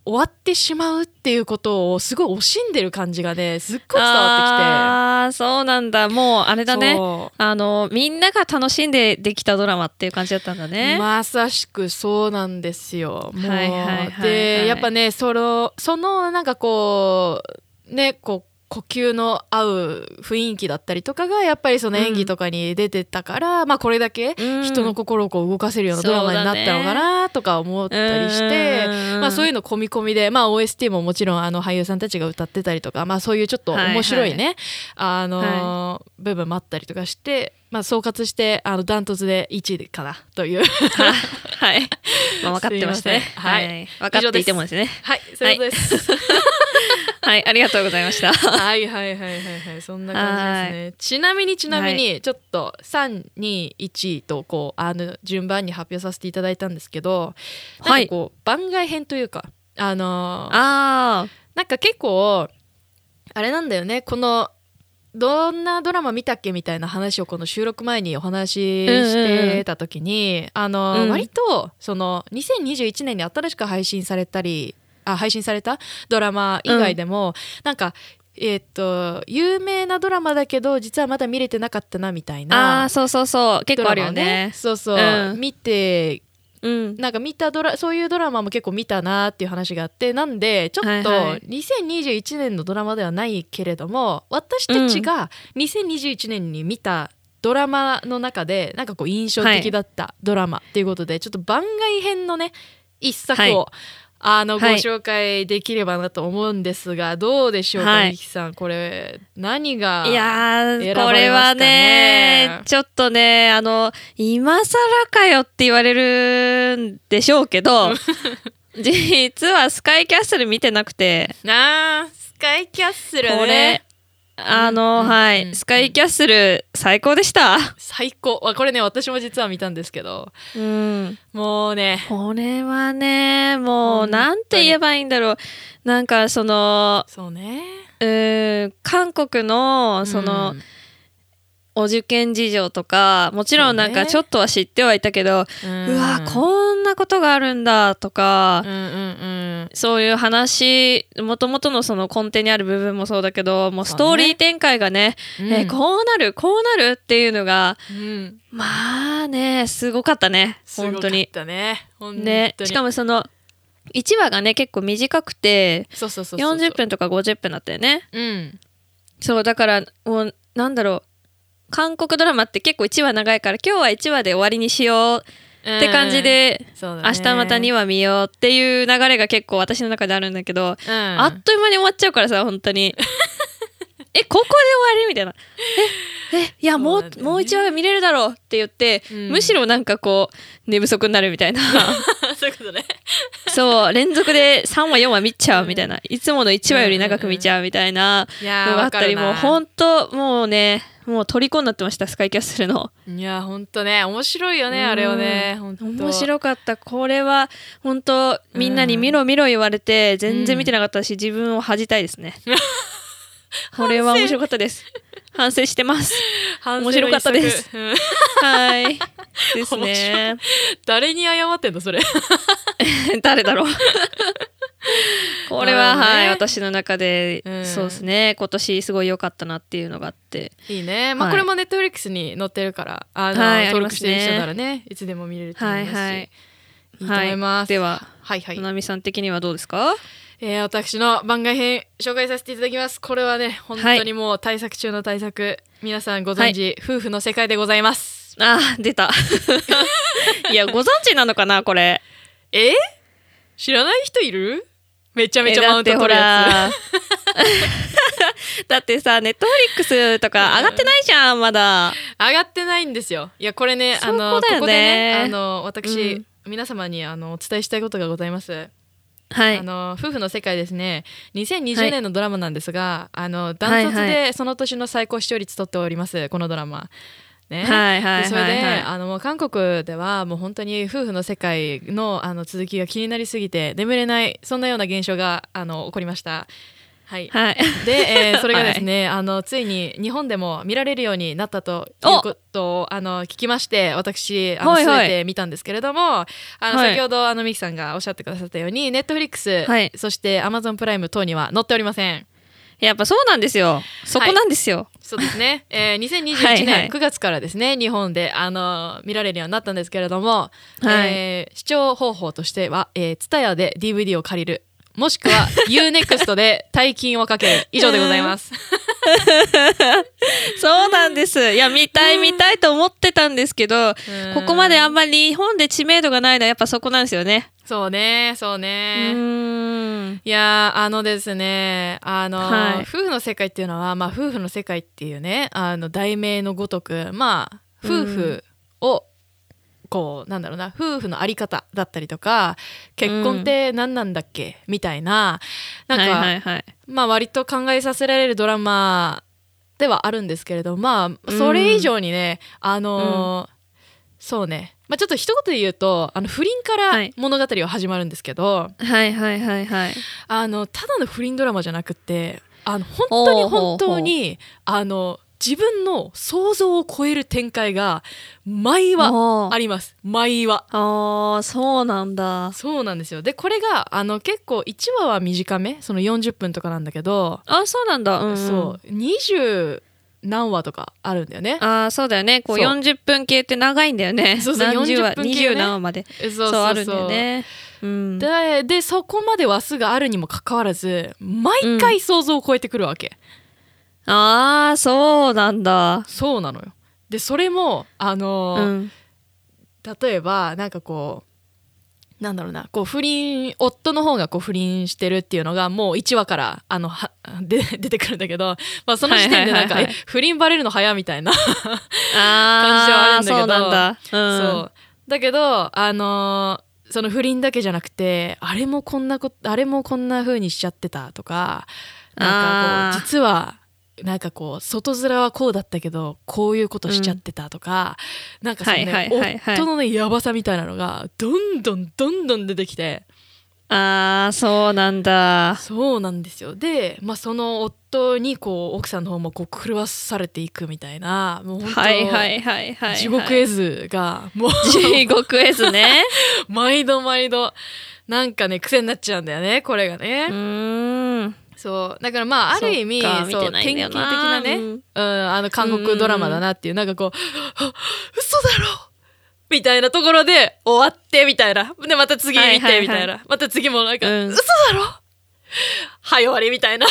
終わってしまうっていうことをすごい惜しんでる感じがねすっごい伝わってきて、 あーそうなんだ。もうあれだね、あのみんなが楽しんでできたドラマっていう感じだったんだね。 まさしくそうなんですよ。もう、 はいはいはいはい、 でやっぱねそのそのなんかこうねこう呼吸の合う雰囲気だったりとかがやっぱりその演技とかに出てたから、うん、まあこれだけ人の心をこう動かせるようなドラマになったのかなとか思ったりして、ね、まあそういうの込み込みで、まあ オーエスティー ももちろんあの俳優さんたちが歌ってたりとか、まあそういうちょっと面白いね、はいはい、あのーはい、部分もあったりとかして、まあ総括してあのダントツでいちいかなというはい、まあ、分かってましたね。はい、はい、分かっていてもですね。 はい、そういうことです。 はい、ありがとうございました。 はいはいはいはいはい、そんな感じですね。ちなみにちなみにちょっとさんにいちとこうあの順番に発表させていただいたんですけど、なんかこう番外編というかあのー、 あなんか結構あれなんだよね、このどんなドラマ見たっけみたいな話をこの収録前にお話ししてた時に、うんうん、あの、うん、割とそのにせんにじゅういちねんに新しく配信されたりあ配信されたドラマ以外でも、うん、なんかえー、っと有名なドラマだけど実はまだ見れてなかったなみたいな、 あそうそうそう結構あるよね。 そうそう、うん、見て、うん、なんか見たドラそういうドラマも結構見たなっていう話があって、なんでちょっとにせんにじゅういちねんのドラマではないけれども、私たちがにせんにじゅういちねんに見たドラマの中でなんかこう印象的だったドラマっていうことで、はい、ちょっと番外編のね一作を、はいあのご紹介できればなと思うんですが、はい、どうでしょうか、みきさん、これ何が選ばれますかね。 いやこれはねちょっとねあの今更かよって言われるんでしょうけど実はスカイキャッスル見てなくて、 あースカイキャッスルね、 これあの、うん、はい、うん、スカイキャッスル最高でした。 最高。これね私も実は見たんですけど、 うん、 もうねこれはねもうなんて言えばいいんだろう、なんかそのそうねう韓国のその、うんお受験事情とかもちろんなんかちょっとは知ってはいたけど、う、ね、うわこんなことがあるんだとか、うんうんうん、そういう話もともとのその根底にある部分もそうだけどもうストーリー展開がね、うん、えこうなるこうなるっていうのが、うん、まあねすごかったね本当に。 すごかったね本当にね。しかもそのいちわがね結構短くてよんじゅっぷんとかごじゅっぷんだったよね、 うん、 そうだからもうなんだろう韓国ドラマって結構いちわ長いから今日はいちわで終わりにしようって感じで、うんね、明日またにわ見ようっていう流れが結構私の中であるんだけど、うん、あっという間に終わっちゃうからさ本当にえここで終わりみたいなええいやもう、ね、もういちわ見れるだろうって言って、うん、むしろなんかこう寝不足になるみたいなそういうことねそう連続でさんわよんわ見ちゃうみたいな、うん、いつものいちわより長く見ちゃうみたいなのがあったり、もう本当もうねもう虜になってましたスカイキャッスルの。 いや本当ね面白いよね、うん、あれをね本当面白かった。これは本当みんなに見ろ見ろ言われて全然見てなかったし、うん、自分を恥じたいですねこれは面白かったです反省してます面白かったですはいですね。 誰に謝ってんのそれ誰だろうこれは、ね、はい私の中で、うん、そうですね今年すごい良かったなっていうのがあっていいね、まあはい、これもネットフリックスに載ってるからあの、はい、登録してる人ならねいつでも見れると思いますし、はいはい、いいと思います、 はい、では、 はいはい、 ななみさん的にはどうですか。 えー、私の番外編紹介させていただきます。これはね本当にもう大作中の大作、はい、皆さんご存知、はい、夫婦の世界でございます。 あー出たいやご存知なのかなこれ。 え知らない人いる。めちゃめちゃマウント取るやつだってさネットフリックスとか上がってないじゃん、うん、まだ上がってないんですよ。いやこれねあの こ, ここでねあの私、うん、皆様にあのお伝えしたいことがございます。はい、あの夫婦の世界ですねにせんにじゅうねんのドラマなんですが、はい、あのダントツでその年の最高視聴率取っておりますこのドラマね。はいはいはいはい、でそれであのもう韓国ではもう本当に夫婦の世界 の, あの続きが気になりすぎて眠れないそんなような現象があの起こりました。 はい、 はい、 で、えー、それがですね、はい、あのついに日本でも見られるようになったということをあの聞きまして、私あの全て見たんですけれども、はいはい、あの先ほどあのミキさんがおっしゃってくださったように、ネットフリックス、はい、そしてアマゾンプライム等には載っておりません。 やっぱそうなんですよ。そこなんですよ。はい、 そうですね、えー、にせんにじゅういちねんくがつからですね、はいはい、日本であの見られるようになったんですけれども、はい、えー、視聴方法としては、えー、ツタヤで ディーブイディー を借りる、もしくは ユーネクスト で大金をかける、以上でございます。 そうなんです。いや、見たい見たいと思ってたんですけど、ここまであんまり日本で知名度がないのはやっぱそこなんですよね。 そうねそうね。うーん、いやあのですねあの、はい、夫婦の世界っていうのは、まあ、夫婦の世界っていうねあの題名のごとく、まあ夫婦をこうなんだろうな、夫婦のあり方だったりとか、結婚って何なんだっけ、うん、みたいな、なんか、はいはいはい、まあ割と考えさせられるドラマではあるんですけれど、まあそれ以上にね、うん、あのーうん、そうね、まあ、ちょっと一言で言うと、あの不倫から物語は始まるんですけど、 はいはいはいはい、 あのただの不倫ドラマじゃなくて、あの本当に本当にあの自分の想像を超える展開が毎話あります。毎話。 ああ、そうなんだ。 そうなんですよ。でこれがあの結構いちわは短め、そのよんじゅっぷんとかなんだけど、 あ、そうなんだ、うんうん、 そうにじゅう何話とかあるんだよね。 ああ、そうだよね。こうよんじゅっぷん系って長いんだよね。 そうそう、 何十話、 よんじゅっぷん系、ね、 にじゅう何話まで。そうそうそう、あるんだよね。うん、 で, でそこまで話数があるにもかかわらず、毎回想像を超えてくるわけ。 うん、ああ、そうなんだ。 そうなのよ。でそれもあのーうん、例えばなんかこうなんだろうな、こう不倫、夫の方がこう不倫してるっていうのがもういちわからあのはで出てくるんだけど、まあ、その時点でなんか、はいはいはいはい、不倫バレるの早みたいな感じではあるんだけど、 そうなんだ、うん、 そうだけどあのー、その不倫だけじゃなくて、あれもこんなこあれもこんな風にしちゃってたとか、なんかこう実はなんかこう外面はこうだったけどこういうことしちゃってたとか、うん、なんかそのね、はいはいはいはい、夫のねやばさみたいなのがどんどんどんどん出てきて、 あー、そうなんだ。 そうなんですよ。で、まあ、その夫にこう奥さんの方もこう狂わされていくみたいな、もう本当、はいはいはいはい、地獄絵図がもう地獄絵図ね毎度毎度なんかね癖になっちゃうんだよね、これがね。 うーん、 そうだからまあある意味そう典型的なね、うんうん、あの韓国ドラマだなっていう、なんかこう嘘だろみたいなところで終わってみたいな、でまた次見てみたいな、はいはいはい、また次もなんか、うん、嘘だろはい終わりみたいな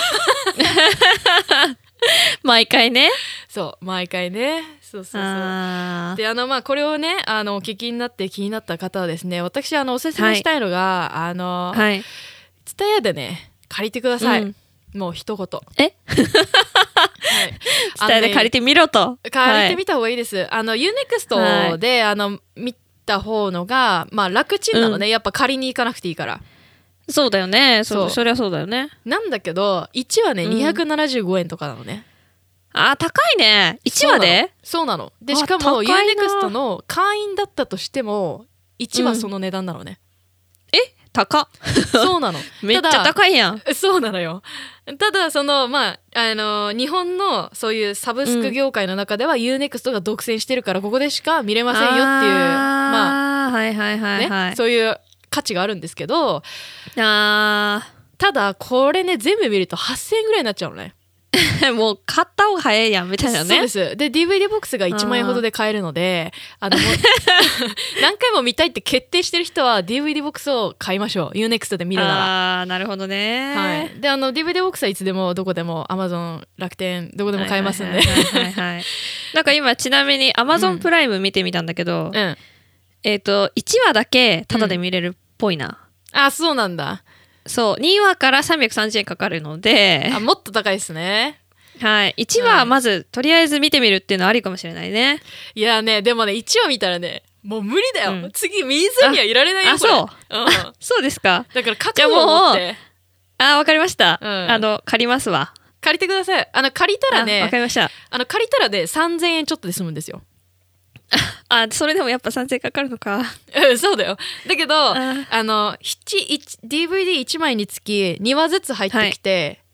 毎回ね、 そう毎回ね、そうそうそう。であのまあこれをねあのお聞きになって気になった方はですね、私あのおすすめしたいのが、はい、あのツタヤでね借りてください、うん、もう一言えはいツタヤで借りてみろと、 借りてみた方がいいです、はい、あの ユーネクスト で、はい、あの見た方のがまあ楽ちんなのね、うん、やっぱ借りに行かなくていいから。 そうだよね、そ, そりゃそうだよね。 なんだけどいちわね、うん、にひゃくななじゅうごえんとかなのね。 あー高いね、いちわで。 そうなの。でしかも ユーネクスト の会員だったとしてもいちわその値段なのね、 うん、え高っそうなのめっちゃ高いやん。 そうなのよ。ただそのまああの日本のそういうサブスク業界の中では、うん、ユーネクスト が独占してるからここでしか見れませんよっていう、まあはいはいはいはい、ね、そういう価値があるんですけど、あただこれね全部見るとはっせんえんぐらいになっちゃうのねもう買った方が早いやんみたいなね。 そうです。で ディーブイディー ボックスがいちまんえんほどで買えるので、あのもう何回も見たいって決定してる人は ディーブイディー ボックスを買いましょう、 ユーネクスト で見るなら。 あーなるほどね、 はい、であの ディーブイディー ボックスはいつでもどこでも Amazon 楽天どこでも買えますんで、 なんか今ちなみに Amazon プライム見てみたんだけど、うん、えっといちわだけタダで見れるっぽいな、 うん、あそうなんだ。 そうにわからさんびゃくさんじゅうえんかかるので、 あもっと高いですね。 はい、いちわまず、はい、とりあえず見てみるっていうのはありかもしれないね。 いやねでもねいちわ見たらねもう無理だよ、うん、次見ずにはいられないよ。 あこれ。 あそう、うん、そうですか。 だから覚悟を持って。 あわかりました、うん、あの借りますわ。 借りてください。あの借りたらねわかりました。あの借りたらでさんぜんえんちょっとで済むんですよ。 あそれでもやっぱさんぜんえんかかるのかそうだよ。だけどあの ディーブイディーいち 枚につきにわずつ入ってきて、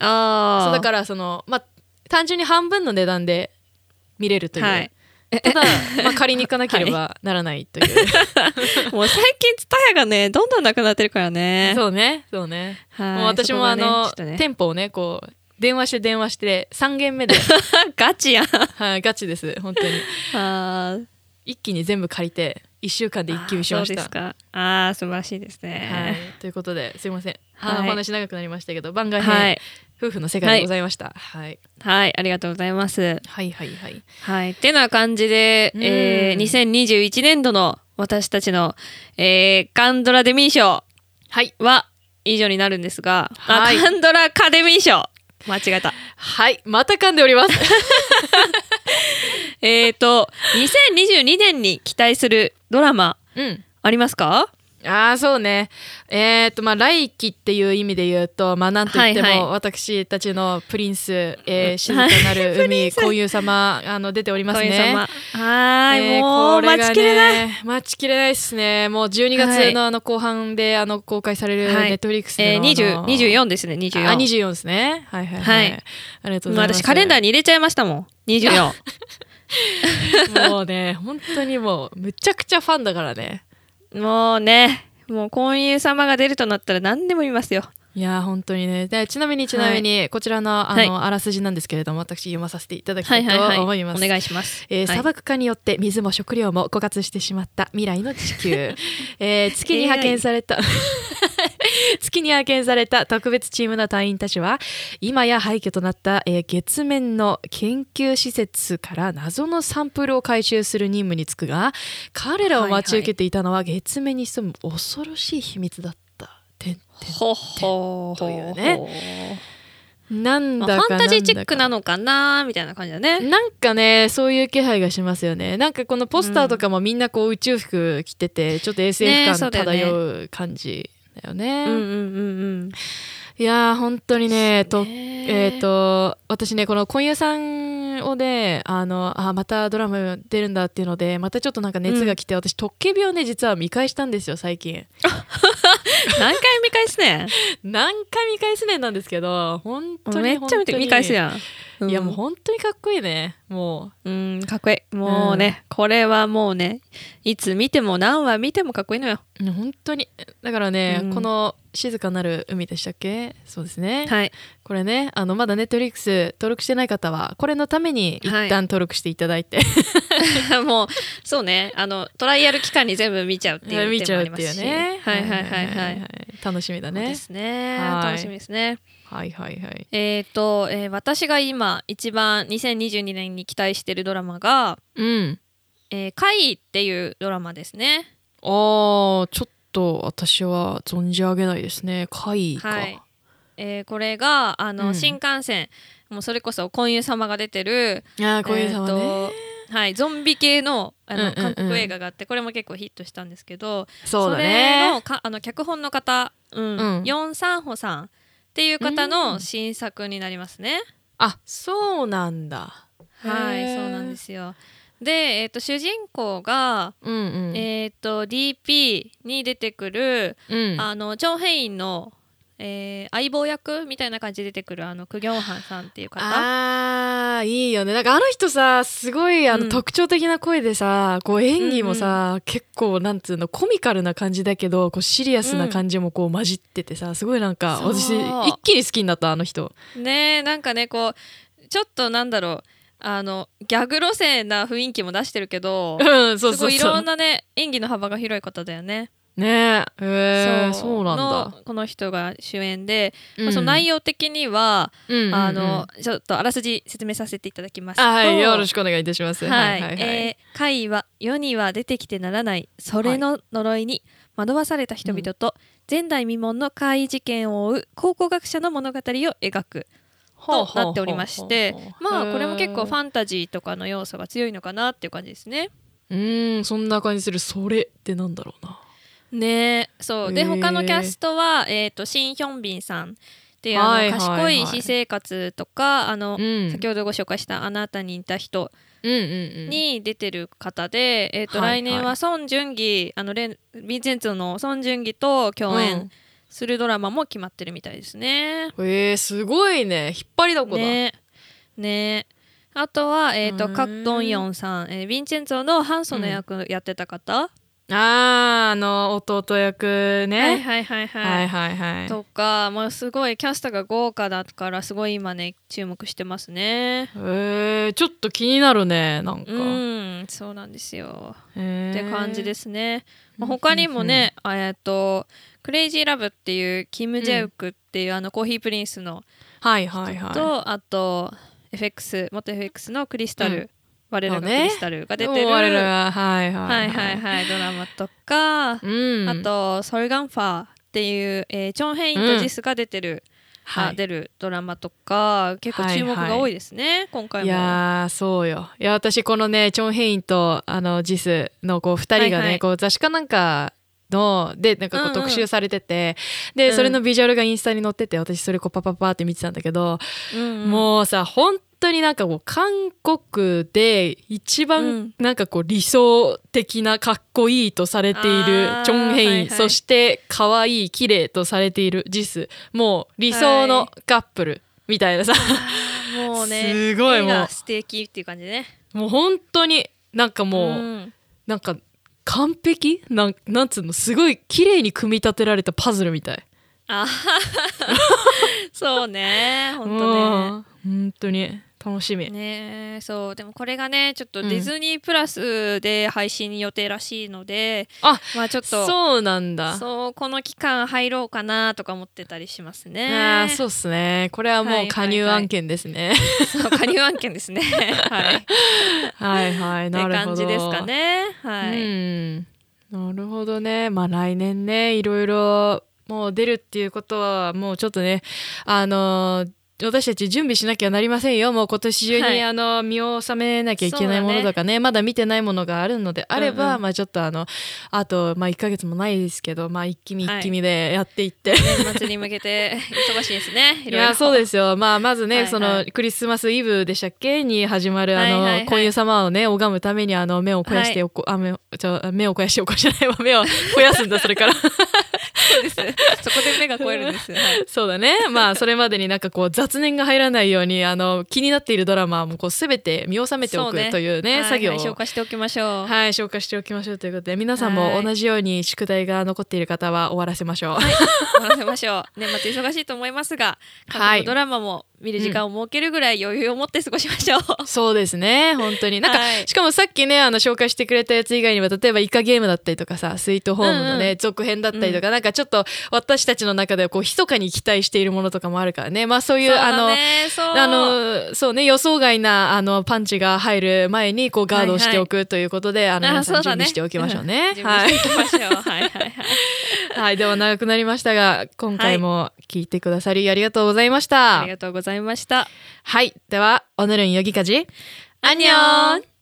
あそうだからその、まあ、単純に半分の値段で見れるという、はい、ただ、まあ、借りに行かなければならないという、 はい、もう最近ツタヤがねどんどんなくなってるからね。 そうねそうね、はい、もう私もあの、ね、店舗をねこう電話して電話してさん軒目でガチやん、 はい、ガチです本当にあ一気に全部借りていっしゅうかんで一気見しました。 そうですか。あー素晴らしいですね、 はい、ということですいません、はい、お話長くなりましたけど番外編、はい、夫婦の世界でございました。はい、 はいはい、ありがとうございます。はいはいはいはい、ってな感じで、えー、にせんにじゅういちねんどの私たちの、えー、カンドラデミー賞は以上になるんですが、はい、あカンドラカデミー賞間違えた。 はいまた噛んでおりますえっとにせんにじゅうにねんに期待するドラマ、うん、ありますか？ ああそうねえっ、ー、とまあ来期っていう意味で言うとまあなんといっても、はいはい、私たちのプリンス、えー、静かなる海紅葉様あの出ておりますね。 はい、えー、もう待ちきれない待ちきれないですね。もうじゅうにがつのあの後半であの公開されるネットフリックスでの、 はいえー、にじゅうよんですね。にじゅうよんあにじゅうよんですね。はいはいはい、はい、ありがとうございます。 私カレンダーに入れちゃいましたもんにじゅうよんもうね本当にもうむちゃくちゃファンだからね。 もうねもう婚友様が出るとなったら何でも見ますよ。 いや本当にね。でちなみにちなみに、はい、こちらのあの、はい、あらすじなんですけれども私読まさせていただきたいと思います。はいはいはい、 お願いします。 えーはい、砂漠化によって水も食料も枯渇してしまった未来の地球、えー、月に派遣された、えー、月に派遣された特別チームの隊員たちは今や廃墟となった、えー、月面の研究施設から謎のサンプルを回収する任務に就くが彼らを待ち受けていたのは月面に潜む恐ろしい秘密だった。てんてんほほというね。なんだかなんだか、 まあ、ファンタジーチックなのかなみたいな感じだね。 なんかねそういう気配がしますよね。なんかこのポスターとかもみんなこう宇宙服着てて、うん、ちょっと エスエフ 感漂う感じだよね。 うんうんうんうんいやー本当にねとえっ、ー、と私ねこの婚友さんをねあのあまたドラマ出るんだっていうのでまたちょっとなんか熱が来て、うん、私トッケビをね実は見返したんですよ最近何回見返すねん何回見返すねんなんですけど本当にめっちゃ見て見返すやん、 うん、いやもう本当にかっこいいね。もううんかっこいいもうね、うん、これはもうねいつ見ても何話見てもかっこいいのよ本当に。だからね、うん、この静かなる海でしたっけ。そうですね、 はい、 これねあのまだネットフリックス登録してない方はこれのために一旦登録していただいて、 はい、もうそうねあのトライアル期間に全部見ちゃうっていう見ちゃうっていうね。 はいはいはいはい、 楽しみだね。 そうですね、はい、楽しみですね。 はいはいはい。 えっ、ー、と、えー、私が今一番にせんにじゅうにねんに期待してるドラマが「うん、えー、怪異」っていうドラマですね。 あーちょっと私は存じ上げないですね。怪異か、 はいえー、これがあの、うん、新幹線もうそれこそ婚友様が出てるあ婚友様ね、 えーはい、ゾンビ系の、あの、うんうんうん、韓国映画があってこれも結構ヒットしたんですけどそうだね、 それのかあの脚本の方、うんうん、ヨン・サンホさんっていう方の新作になりますね。 あそうなんだ。 はいそうなんですよ。で、えー、と主人公が、うんうんえー、と ディーピー に出てくる、うん、あのチョン・ヘインの、えー、相棒役みたいな感じで出てくるあのクギョンハンさんっていう方。 あーいいよね。なんかあの人さすごいあの、うん、特徴的な声でさこう演技もさ、うんうん、結構なんつうのコミカルな感じだけどこうシリアスな感じもこう混じっててさ、うん、すごいなんか私一気に好きになったあの人。 ねえなんかねこうちょっとなんだろうあのギャグ路線な雰囲気も出してるけど、うん、そうそうそうすごいいろんなね演技の幅が広い方だよね。 ねえへえそうなんだ。 のこの人が主演で、うんまあ、その内容的には、うんうんうん、あのちょっとあらすじ説明させていただきますと、 はい、よろしくお願いいたします。 はいはいはいえー、怪異は世には出てきてならないそれの呪いに惑わされた人々と、はい、前代未聞の怪異事件を追う考古学者の物語を描くとなっておりまして、まあこれも結構ファンタジーとかの要素が強いのかなっていう感じですね。 うーんそんな感じする。それってなんだろうな。 ねそうで他のキャストは、えー、とシン・ヒョンビンさんっていうあの、はいはいはい、賢い私生活とかあの、うん、先ほどご紹介したあなたに似た人に出てる方で、うんうんうんえー、と来年はソン・ジュンギあのレンヴィンセンツォのソン・ジュンギと共演するドラマも決まってるみたいですね。 えー、すごいね、引っ張りだこだね。ね。あとは、えーと、カク・ドンヨンさん、えー、ヴィンチェンツォのハンソの役やってた方、 うん、あーあの弟役ね、 はいはいはいはい、 はいはいはい、 とか、まあ、すごいキャストが豪華だからすごい今ね注目してますね。 えー、ちょっと気になるね、なんか。 うんそうなんですよ、 えー、 って感じですね。まあ、他にもね、うんうん、えっとクレイジーラブっていうキム・ジェウクっていう、うん、あのコーヒープリンスの人と、はいはいはい、あと エフエックス 元 エフエックス のクリスタル、うん、我らがクリスタルが出てる、 我らがはいはいはいはいドラマとか、 うん、 あとソルガンファーっていう、えー、チョン・ヘインとジスが出てる、うん、あ出るドラマとか結構注目が多いですね、はいはい、今回も。 いやそうよ。いや私このねチョン・ヘインとあのジスのこうふたりがね、はいはい、こう雑誌かなんかのでなんかこう特集されてて、うんうん、でそれのビジュアルがインスタに載ってて私それこうパパパって見てたんだけど、うんうん、もうさ本当になんかこう韓国で一番なんかこう理想的なかっこいいとされているチョン・ヘイン、はいはい、そして可愛い綺麗とされているジス、もう理想のカップルみたいなさ、 はい、もうねすごいもう素敵っていう感じね。 もう本当になんかもう、うん、なんか完璧なん、なんつうのすごい綺麗に組み立てられたパズルみたい。あそうね本当ね本当に楽しみね。そうでもこれがねちょっとディズニープラスで配信予定らしいので、うん、あまあちょっとそうなんだ。 そうこの期間入ろうかなとか思ってたりしますね。 あそうっすね。これはもう加入案件ですね、はいはいはい、そう加入案件ですねはいはいはいなるほどって感じですかね。はい、 うん、なるほどね。まあ来年ねいろいろもう出るっていうことはもうちょっとねあのー私たち準備しなきゃなりませんよ。もう今年中に、はい、あの見納めなきゃいけないものとか ね, ねまだ見てないものがあるのであれば、うんうん、まあちょっとあのあと、まあ、いっかげつもないですけど、まあ、一気見一気見でやっていって、はい、 年末に向けて忙しいですね。いろいろいやそうですよ、まあ、まずね、はいはい、そのクリスマスイブでしたっけに始まるあの、はいはいはい、婚姻様をね拝むためにあの目を肥やしておこ、はい、あ 目, ちょ目を肥やしておこうじゃないわ目を肥やすんだそれからそうですそこで目が肥えるんです、はい、 そうだね。まあそれまでになんかこう雑念が入らないようにあの気になっているドラマもこう全て見納めておくというね、作業を、 はいはい、消化しておきましょう。 はい消化しておきましょうということで皆さんも同じように宿題が残っている方は終わらせましょう。 はい、終わらせましょう。年末忙しいと思いますが韓国ドラマも見る時間を設けるぐらい余裕を持って過ごしましょう、 うん、そうですね本当になんか、はい、しかもさっきねあの紹介してくれたやつ以外には例えばイカゲームだったりとかさスイートホームのね、うんうん、続編だったりとか、うん、なんかちょっと私たちの中ではこう密かに期待しているものとかもあるからね。まあそういうそうあのそうあのそうね予想外なあのパンチが入る前にこうガードしておくということで、はいはい、あの皆さん準備しておきましょうね。 はい、準備しておきましょう。はいはいはい。 はい、では長くなりましたが今回も聞いてくださりありがとうございました。 ありがとうございました。 はい、では오늘은 여기까지。안녕。